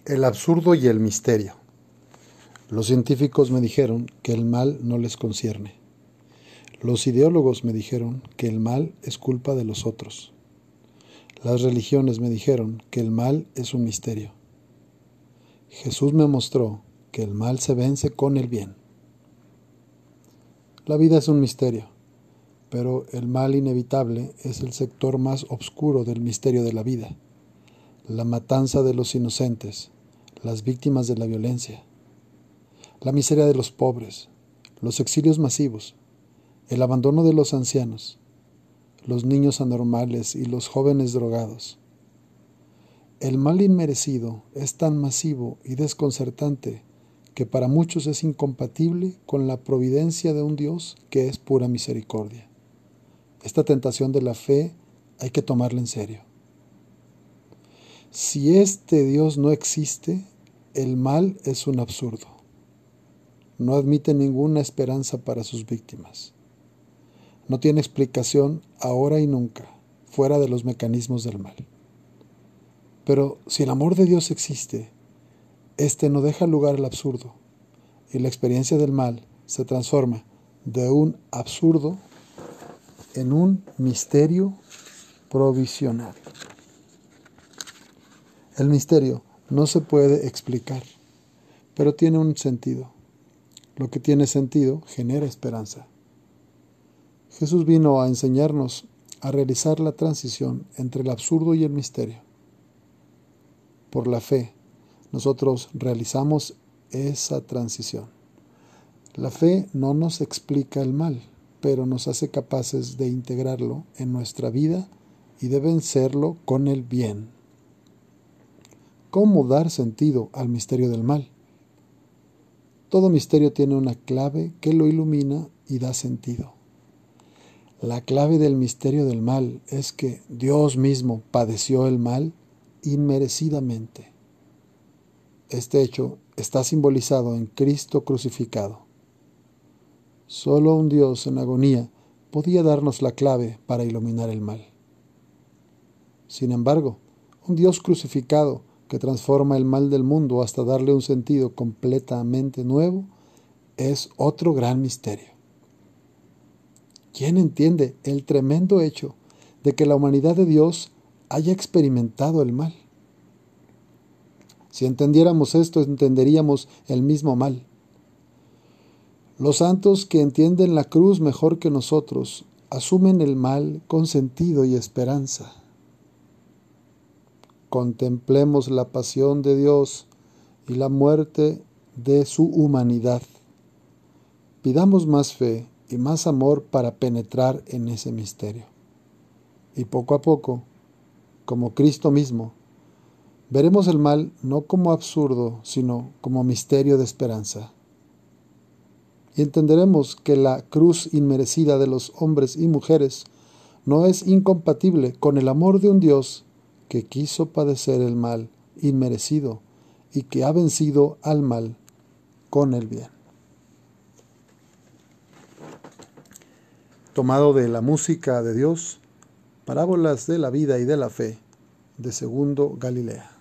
El absurdo y el misterio. Los científicos me dijeron que el mal no les concierne. Los ideólogos me dijeron que el mal es culpa de los otros. Las religiones me dijeron que el mal es un misterio. Jesús me mostró que el mal se vence con el bien. La vida es un misterio, pero el mal inevitable es el sector más oscuro del misterio de la vida. La matanza de los inocentes, las víctimas de la violencia, la miseria de los pobres, los exilios masivos, el abandono de los ancianos, los niños anormales y los jóvenes drogados. El mal inmerecido es tan masivo y desconcertante que para muchos es incompatible con la providencia de un Dios que es pura misericordia. Esta tentación de la fe hay que tomarla en serio. Si este Dios no existe, el mal es un absurdo. No admite ninguna esperanza para sus víctimas. No tiene explicación ahora y nunca, fuera de los mecanismos del mal. Pero si el amor de Dios existe, este no deja lugar al absurdo, y la experiencia del mal se transforma de un absurdo en un misterio provisional. El misterio no se puede explicar, pero tiene un sentido. Lo que tiene sentido genera esperanza. Jesús vino a enseñarnos a realizar la transición entre el absurdo y el misterio. Por la fe, nosotros realizamos esa transición. La fe no nos explica el mal, pero nos hace capaces de integrarlo en nuestra vida y de vencerlo con el bien. ¿Cómo dar sentido al misterio del mal? Todo misterio tiene una clave que lo ilumina y da sentido. La clave del misterio del mal es que Dios mismo padeció el mal inmerecidamente. Este hecho está simbolizado en Cristo crucificado. Solo un Dios en agonía podía darnos la clave para iluminar el mal. Sin embargo, un Dios crucificado que transforma el mal del mundo hasta darle un sentido completamente nuevo es otro gran misterio. ¿Quién entiende el tremendo hecho de que la humanidad de Dios haya experimentado el mal? Si entendiéramos esto, entenderíamos el mismo mal. Los santos que entienden la cruz mejor que nosotros asumen el mal con sentido y esperanza. Contemplemos la pasión de Dios y la muerte de su humanidad. Pidamos más fe y más amor para penetrar en ese misterio. Y poco a poco, como Cristo mismo, veremos el mal no como absurdo, sino como misterio de esperanza. Y entenderemos que la cruz inmerecida de los hombres y mujeres no es incompatible con el amor de un Dios que quiso padecer el mal inmerecido y que ha vencido al mal con el bien. Tomado de la música de Dios, Parábolas de la vida y de la fe, de Segundo Galilea.